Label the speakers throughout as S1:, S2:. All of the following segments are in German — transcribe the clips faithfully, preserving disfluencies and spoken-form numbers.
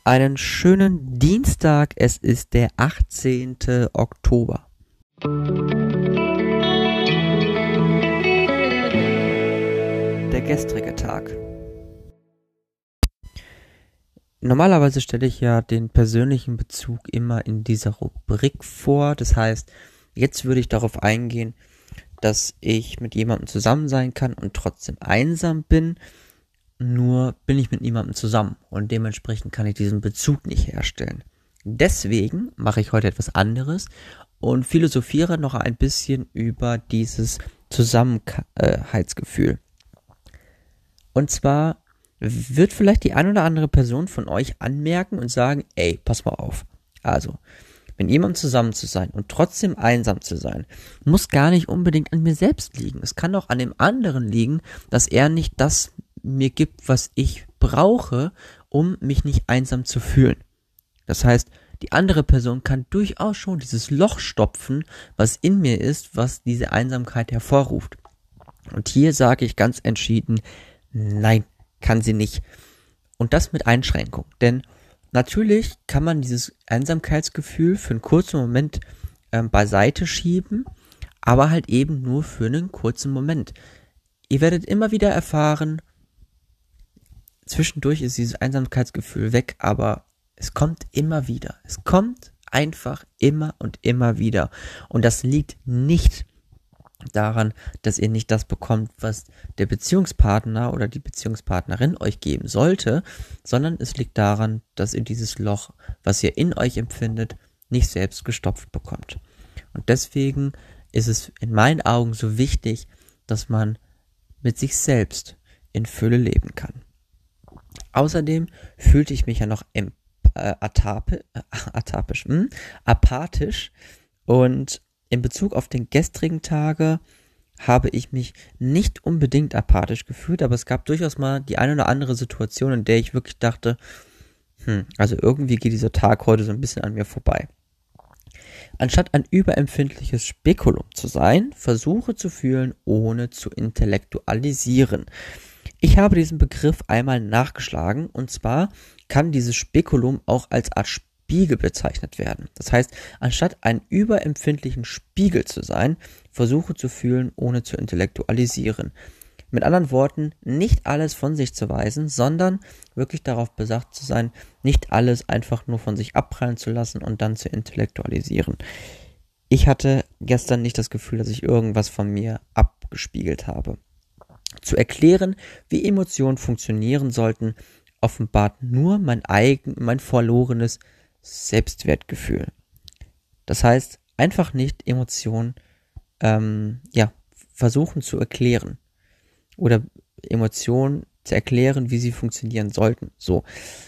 S1: Einen schönen Dienstag, es ist der achtzehnte Oktober. Der gestrige Tag. Normalerweise stelle ich ja den persönlichen Bezug immer in dieser Rubrik vor. Das heißt, jetzt würde ich darauf eingehen, dass ich mit jemandem zusammen sein kann und trotzdem einsam bin. Nur bin ich mit niemandem zusammen und dementsprechend kann ich diesen Bezug nicht herstellen. Deswegen mache ich heute etwas anderes und philosophiere noch ein bisschen über dieses Zusammenhaltsgefühl. Und zwar wird vielleicht die ein oder andere Person von euch anmerken und sagen, ey, pass mal auf. Also, mit jemandem zusammen zu sein und trotzdem einsam zu sein, muss gar nicht unbedingt an mir selbst liegen. Es kann auch an dem anderen liegen, dass er nicht das mir gibt, was ich brauche, um mich nicht einsam zu fühlen. Das heißt, die andere Person kann durchaus schon dieses Loch stopfen, was in mir ist, was diese Einsamkeit hervorruft. Und hier sage ich ganz entschieden, nein, kann sie nicht. Und das mit Einschränkung. Denn natürlich kann man dieses Einsamkeitsgefühl für einen kurzen Moment ähm, beiseite schieben, aber halt eben nur für einen kurzen Moment. Ihr werdet immer wieder erfahren, zwischendurch ist dieses Einsamkeitsgefühl weg, aber es kommt immer wieder. Es kommt einfach immer und immer wieder. Und das liegt nicht daran, dass ihr nicht das bekommt, was der Beziehungspartner oder die Beziehungspartnerin euch geben sollte, sondern es liegt daran, dass ihr dieses Loch, was ihr in euch empfindet, nicht selbst gestopft bekommt. Und deswegen ist es in meinen Augen so wichtig, dass man mit sich selbst in Fülle leben kann. Außerdem fühlte ich mich ja noch em- äh, atape, äh, atapisch, hm, apathisch und in Bezug auf den gestrigen Tage habe ich mich nicht unbedingt apathisch gefühlt, aber es gab durchaus mal die eine oder andere Situation, in der ich wirklich dachte, hm, also irgendwie geht dieser Tag heute so ein bisschen an mir vorbei. Anstatt ein überempfindliches Spekulum zu sein, versuche zu fühlen, ohne zu intellektualisieren. Ich habe diesen Begriff einmal nachgeschlagen und zwar kann dieses Spekulum auch als Art Spiegel bezeichnet werden. Das heißt, anstatt einen überempfindlichen Spiegel zu sein, versuche zu fühlen, ohne zu intellektualisieren. Mit anderen Worten, nicht alles von sich zu weisen, sondern wirklich darauf bedacht zu sein, nicht alles einfach nur von sich abprallen zu lassen und dann zu intellektualisieren. Ich hatte gestern nicht das Gefühl, dass ich irgendwas von mir abgespiegelt habe. Zu erklären, wie Emotionen funktionieren sollten, offenbart nur mein eigen, mein verlorenes Selbstwertgefühl. Das heißt, einfach nicht Emotionen ähm, ja, versuchen zu erklären oder Emotionen zu erklären, wie sie funktionieren sollten. So,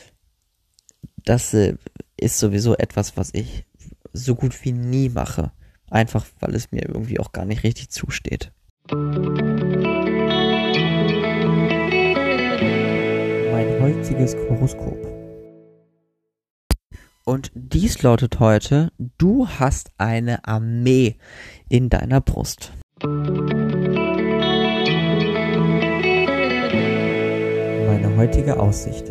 S1: das äh, ist sowieso etwas, was ich so gut wie nie mache, einfach weil es mir irgendwie auch gar nicht richtig zusteht. Mein heutiges Horoskop. Und dies lautet heute, du hast eine Armee in deiner Brust. Meine heutige Aussicht.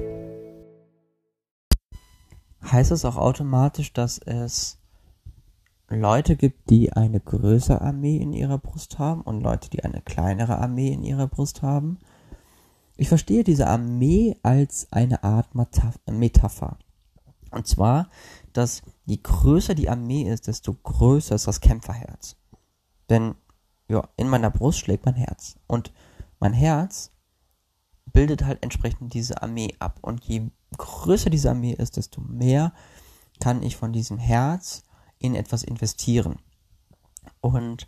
S1: Heißt es auch automatisch, dass es Leute gibt, die eine größere Armee in ihrer Brust haben und Leute, die eine kleinere Armee in ihrer Brust haben? Ich verstehe diese Armee als eine Art Metapher. Und zwar, dass je größer die Armee ist, desto größer ist das Kämpferherz. Denn ja, in meiner Brust schlägt mein Herz. Und mein Herz bildet halt entsprechend diese Armee ab. Und je größer diese Armee ist, desto mehr kann ich von diesem Herz in etwas investieren. Und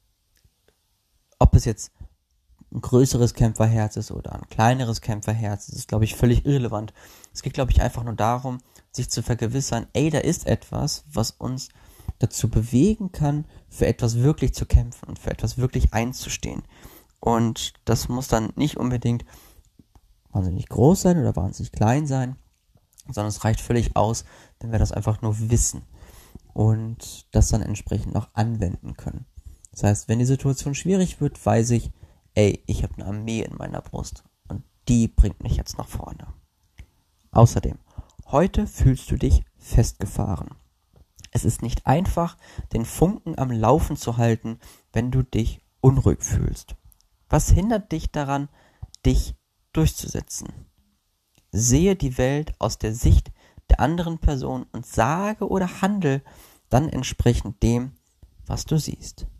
S1: ob es jetzt ein größeres Kämpferherz ist oder ein kleineres Kämpferherz, das ist, glaube ich, völlig irrelevant. Es geht, glaube ich, einfach nur darum, sich zu vergewissern, ey, da ist etwas, was uns dazu bewegen kann, für etwas wirklich zu kämpfen und für etwas wirklich einzustehen. Und das muss dann nicht unbedingt wahnsinnig groß sein oder wahnsinnig klein sein, sondern es reicht völlig aus, wenn wir das einfach nur wissen und das dann entsprechend auch anwenden können. Das heißt, wenn die Situation schwierig wird, weiß ich, ey, ich habe eine Armee in meiner Brust und die bringt mich jetzt nach vorne. Außerdem, Heute fühlst du dich festgefahren. Es ist nicht einfach, den Funken am Laufen zu halten, wenn du dich unruhig fühlst. Was hindert dich daran, dich durchzusetzen? Sehe die Welt aus der Sicht der anderen Person und sage oder handle dann entsprechend dem, was du siehst.